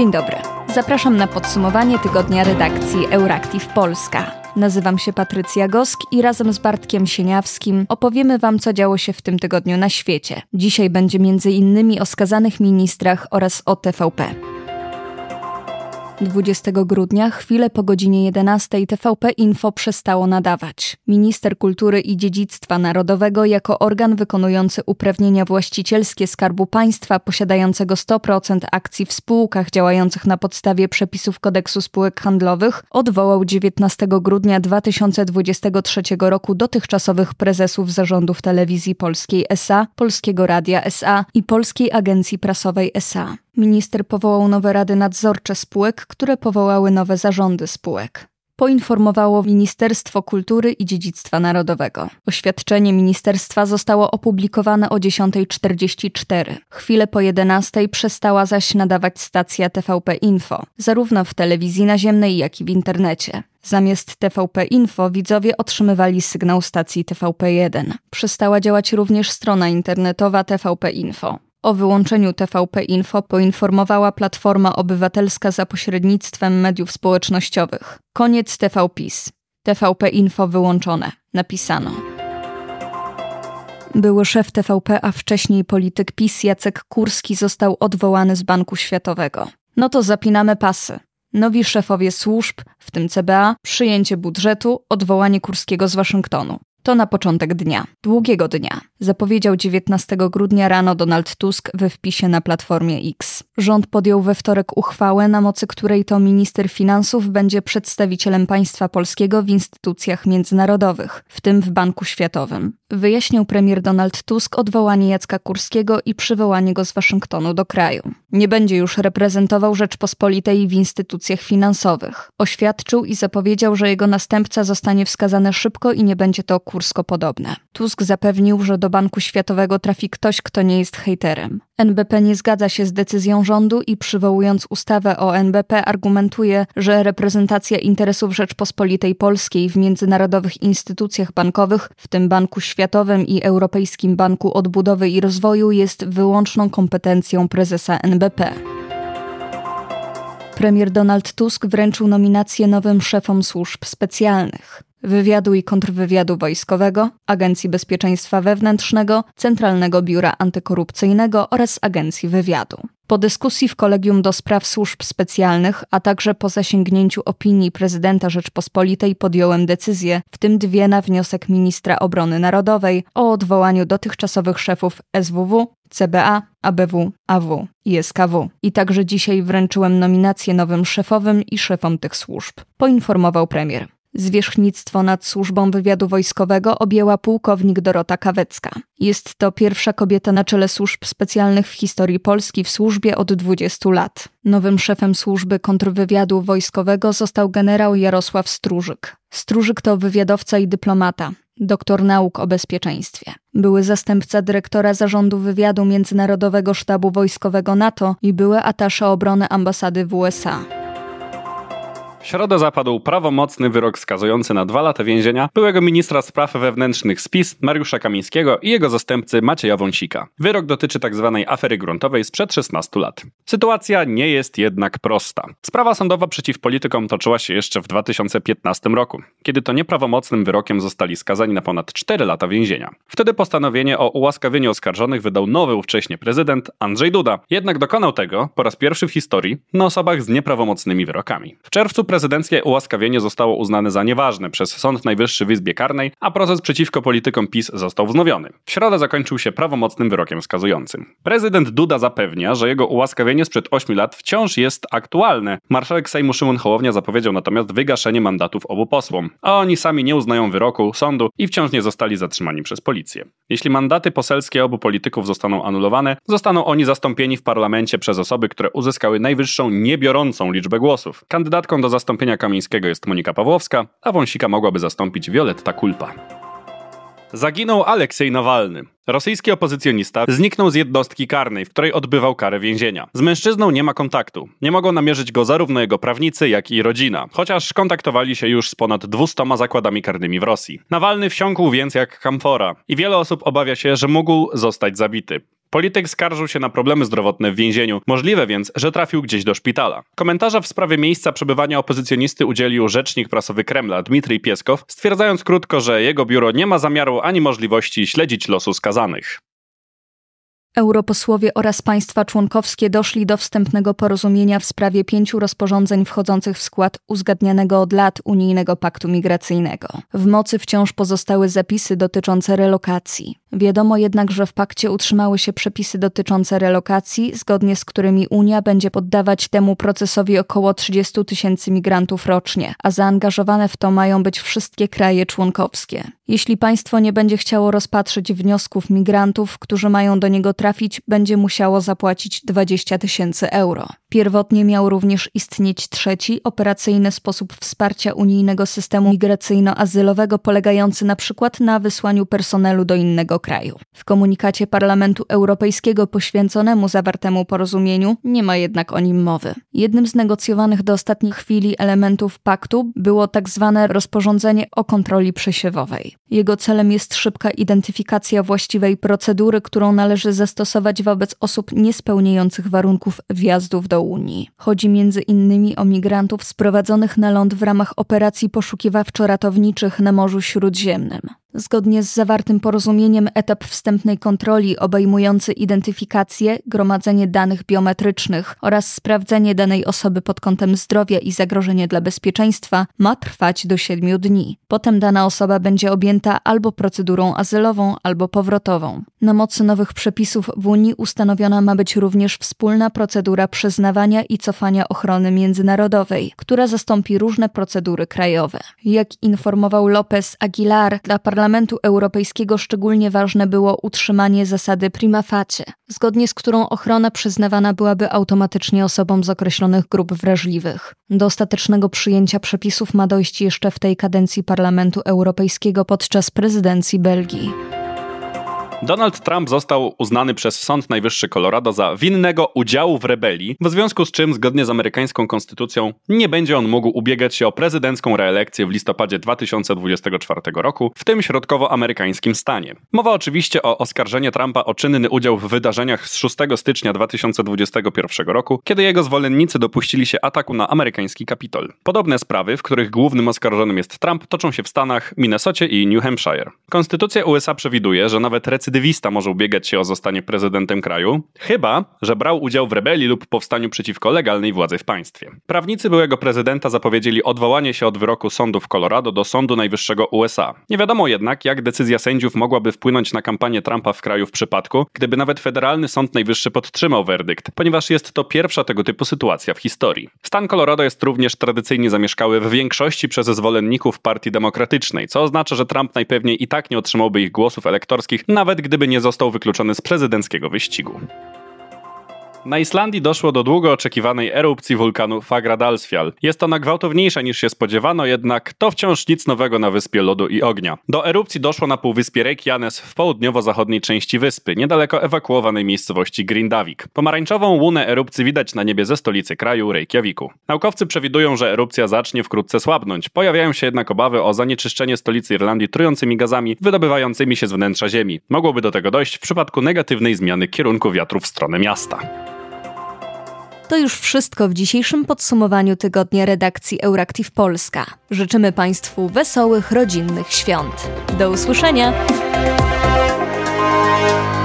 Dzień dobry. Zapraszam na podsumowanie tygodnia redakcji Euractiv Polska. Nazywam się Patrycja Gosk i razem z Bartkiem Sieniawskim opowiemy Wam, co działo się w tym tygodniu na świecie. Dzisiaj będzie m.in. o skazanych ministrach oraz o TVP. 20 grudnia, chwilę po godzinie 11, TVP Info przestało nadawać. Minister Kultury i Dziedzictwa Narodowego jako organ wykonujący uprawnienia właścicielskie Skarbu Państwa posiadającego 100% akcji w spółkach działających na podstawie przepisów Kodeksu Spółek Handlowych odwołał 19 grudnia 2023 roku dotychczasowych prezesów zarządów Telewizji Polskiej S.A., Polskiego Radia S.A. i Polskiej Agencji Prasowej S.A. Minister powołał nowe rady nadzorcze spółek, które powołały nowe zarządy spółek. Poinformowało Ministerstwo Kultury i Dziedzictwa Narodowego. Oświadczenie ministerstwa zostało opublikowane o 10:44. Chwilę po 11:00 przestała zaś nadawać stacja TVP Info, zarówno w telewizji naziemnej, jak i w internecie. Zamiast TVP Info widzowie otrzymywali sygnał stacji TVP1. Przestała działać również strona internetowa TVP Info. O wyłączeniu TVP Info poinformowała Platforma Obywatelska za pośrednictwem mediów społecznościowych. Koniec TVPiS. TVP Info wyłączone. Napisano. Były szef TVP, a wcześniej polityk PiS Jacek Kurski został odwołany z Banku Światowego. No to zapinamy pasy. Nowi szefowie służb, w tym CBA, przyjęcie budżetu, odwołanie Kurskiego z Waszyngtonu. To na początek dnia. Długiego dnia. Zapowiedział 19 grudnia rano Donald Tusk we wpisie na Platformie X. Rząd podjął we wtorek uchwałę, na mocy której to minister finansów będzie przedstawicielem państwa polskiego w instytucjach międzynarodowych, w tym w Banku Światowym. Wyjaśnił premier Donald Tusk odwołanie Jacka Kurskiego i przywołanie go z Waszyngtonu do kraju. Nie będzie już reprezentował Rzeczpospolitej w instytucjach finansowych. Oświadczył i zapowiedział, że jego następca zostanie wskazany szybko i nie będzie to Kursko podobne. Tusk zapewnił, że do Banku Światowego trafi ktoś, kto nie jest hejterem. NBP nie zgadza się z decyzją rządu i przywołując ustawę o NBP argumentuje, że reprezentacja interesów Rzeczpospolitej Polskiej w międzynarodowych instytucjach bankowych, w tym Banku Światowym i Europejskim Banku Odbudowy i Rozwoju, jest wyłączną kompetencją prezesa NBP. Premier Donald Tusk wręczył nominacje nowym szefom służb specjalnych. Wywiadu i kontrwywiadu wojskowego, Agencji Bezpieczeństwa Wewnętrznego, Centralnego Biura Antykorupcyjnego oraz Agencji Wywiadu. Po dyskusji w Kolegium do Spraw Służb Specjalnych, a także po zasięgnięciu opinii prezydenta Rzeczpospolitej podjąłem decyzję, w tym dwie na wniosek ministra obrony narodowej, o odwołaniu dotychczasowych szefów SWW, CBA, ABW, AW i SKW. I także dzisiaj wręczyłem nominacje nowym szefowym i szefom tych służb, poinformował premier. Zwierzchnictwo nad Służbą Wywiadu Wojskowego objęła pułkownik Dorota Kawecka. Jest to pierwsza kobieta na czele służb specjalnych w historii Polski w służbie od 20 lat. Nowym szefem Służby Kontrwywiadu Wojskowego został generał Jarosław Strużyk. Strużyk to wywiadowca i dyplomata, doktor nauk o bezpieczeństwie. Były zastępca dyrektora Zarządu Wywiadu Międzynarodowego Sztabu Wojskowego NATO i były atasze obrony ambasady w USA. W środę zapadł prawomocny wyrok skazujący na 2 lata więzienia byłego ministra spraw wewnętrznych z PiS Mariusza Kamińskiego i jego zastępcy Macieja Wąsika. Wyrok dotyczy tzw. afery gruntowej sprzed 16 lat. Sytuacja nie jest jednak prosta. Sprawa sądowa przeciw politykom toczyła się jeszcze w 2015 roku, kiedy to nieprawomocnym wyrokiem zostali skazani na ponad 4 lata więzienia. Wtedy postanowienie o ułaskawieniu oskarżonych wydał nowy ówcześnie prezydent Andrzej Duda. Jednak dokonał tego po raz pierwszy w historii na osobach z nieprawomocnymi wyrokami. W czerwcu prezydenckie ułaskawienie zostało uznane za nieważne przez Sąd Najwyższy w Izbie Karnej, a proces przeciwko politykom PiS został wznowiony. W środę zakończył się prawomocnym wyrokiem skazującym. Prezydent Duda zapewnia, że jego ułaskawienie sprzed 8 lat wciąż jest aktualne. Marszałek Sejmu Szymon Hołownia zapowiedział natomiast wygaszenie mandatów obu posłom, a oni sami nie uznają wyroku sądu i wciąż nie zostali zatrzymani przez policję. Jeśli mandaty poselskie obu polityków zostaną anulowane, zostaną oni zastąpieni w parlamencie przez osoby, które uzyskały najwyższą niebiorącą liczbę głosów. Kandydatką do zastąpienia Kamińskiego jest Monika Pawłowska, a Wąsika mogłaby zastąpić Violetta Kulpa. Zaginął Aleksiej Nawalny. Rosyjski opozycjonista zniknął z jednostki karnej, w której odbywał karę więzienia. Z mężczyzną nie ma kontaktu. Nie mogą namierzyć go zarówno jego prawnicy, jak i rodzina, chociaż kontaktowali się już z ponad 200 zakładami karnymi w Rosji. Nawalny wsiąkł więc jak kamfora i wiele osób obawia się, że mógł zostać zabity. Polityk skarżył się na problemy zdrowotne w więzieniu. Możliwe więc, że trafił gdzieś do szpitala. Komentarza w sprawie miejsca przebywania opozycjonisty udzielił rzecznik prasowy Kremla Dmitrij Pieskow, stwierdzając krótko, że jego biuro nie ma zamiaru ani możliwości śledzić losu skazanych. Europosłowie oraz państwa członkowskie doszli do wstępnego porozumienia w sprawie 5 rozporządzeń wchodzących w skład uzgadnianego od lat unijnego paktu migracyjnego. W mocy wciąż pozostały zapisy dotyczące relokacji. Wiadomo jednak, że w pakcie utrzymały się przepisy dotyczące relokacji, zgodnie z którymi Unia będzie poddawać temu procesowi około 30 000 migrantów rocznie, a zaangażowane w to mają być wszystkie kraje członkowskie. Jeśli państwo nie będzie chciało rozpatrzyć wniosków migrantów, którzy mają do niego trafić, będzie musiało zapłacić 20 000 euro. Pierwotnie miał również istnieć trzeci, operacyjny sposób wsparcia unijnego systemu migracyjno-azylowego polegający na przykład na wysłaniu personelu do innego kraju. W komunikacie Parlamentu Europejskiego poświęconemu zawartemu porozumieniu nie ma jednak o nim mowy. Jednym z negocjowanych do ostatniej chwili elementów paktu było tzw. rozporządzenie o kontroli przesiewowej. Jego celem jest szybka identyfikacja właściwej procedury, którą należy zastosować wobec osób niespełniających warunków wjazdów do Unii. Chodzi między innymi o migrantów sprowadzonych na ląd w ramach operacji poszukiwawczo-ratowniczych na Morzu Śródziemnym. Zgodnie z zawartym porozumieniem etap wstępnej kontroli obejmujący identyfikację, gromadzenie danych biometrycznych oraz sprawdzenie danej osoby pod kątem zdrowia i zagrożenia dla bezpieczeństwa ma trwać do 7 dni. Potem dana osoba będzie objęta albo procedurą azylową, albo powrotową. Na mocy nowych przepisów w Unii ustanowiona ma być również wspólna procedura przyznawania i cofania ochrony międzynarodowej, która zastąpi różne procedury krajowe. Jak informował López Aguilar, dla Parlamentu Europejskiego szczególnie ważne było utrzymanie zasady prima facie, zgodnie z którą ochrona przyznawana byłaby automatycznie osobom z określonych grup wrażliwych. Do ostatecznego przyjęcia przepisów ma dojść jeszcze w tej kadencji Parlamentu Europejskiego podczas prezydencji Belgii. Donald Trump został uznany przez Sąd Najwyższy Colorado za winnego udziału w rebelii, w związku z czym, zgodnie z amerykańską konstytucją, nie będzie on mógł ubiegać się o prezydencką reelekcję w listopadzie 2024 roku w tym środkowoamerykańskim stanie. Mowa oczywiście o oskarżeniu Trumpa o czynny udział w wydarzeniach z 6 stycznia 2021 roku, kiedy jego zwolennicy dopuścili się ataku na amerykański Kapitol. Podobne sprawy, w których głównym oskarżonym jest Trump, toczą się w Stanach, Minnesocie i New Hampshire. Konstytucja USA przewiduje, że nawet recydywista może ubiegać się o zostanie prezydentem kraju, chyba że brał udział w rebelii lub powstaniu przeciwko legalnej władzy w państwie. Prawnicy byłego prezydenta zapowiedzieli odwołanie się od wyroku sądu w Colorado do Sądu Najwyższego USA. Nie wiadomo jednak, jak decyzja sędziów mogłaby wpłynąć na kampanię Trumpa w kraju w przypadku, gdyby nawet Federalny Sąd Najwyższy podtrzymał werdykt, ponieważ jest to pierwsza tego typu sytuacja w historii. Stan Colorado jest również tradycyjnie zamieszkały w większości przez zwolenników Partii Demokratycznej, co oznacza, że Trump najpewniej i tak nie otrzymałby ich głosów elektorskich, nawet gdyby nie został wykluczony z prezydenckiego wyścigu. Na Islandii doszło do długo oczekiwanej erupcji wulkanu Fagradalsfjall. Jest ona gwałtowniejsza niż się spodziewano, jednak to wciąż nic nowego na wyspie lodu i ognia. Do erupcji doszło na półwyspie Reykjanes w południowo-zachodniej części wyspy, niedaleko ewakuowanej miejscowości Grindavik. Pomarańczową łunę erupcji widać na niebie ze stolicy kraju, Reykjaviku. Naukowcy przewidują, że erupcja zacznie wkrótce słabnąć. Pojawiają się jednak obawy o zanieczyszczenie stolicy Irlandii trującymi gazami wydobywającymi się z wnętrza ziemi. Mogłoby do tego dojść w przypadku negatywnej zmiany kierunku wiatru w stronę miasta. To już wszystko w dzisiejszym podsumowaniu tygodnia redakcji Euractiv Polska. Życzymy Państwu wesołych, rodzinnych świąt. Do usłyszenia!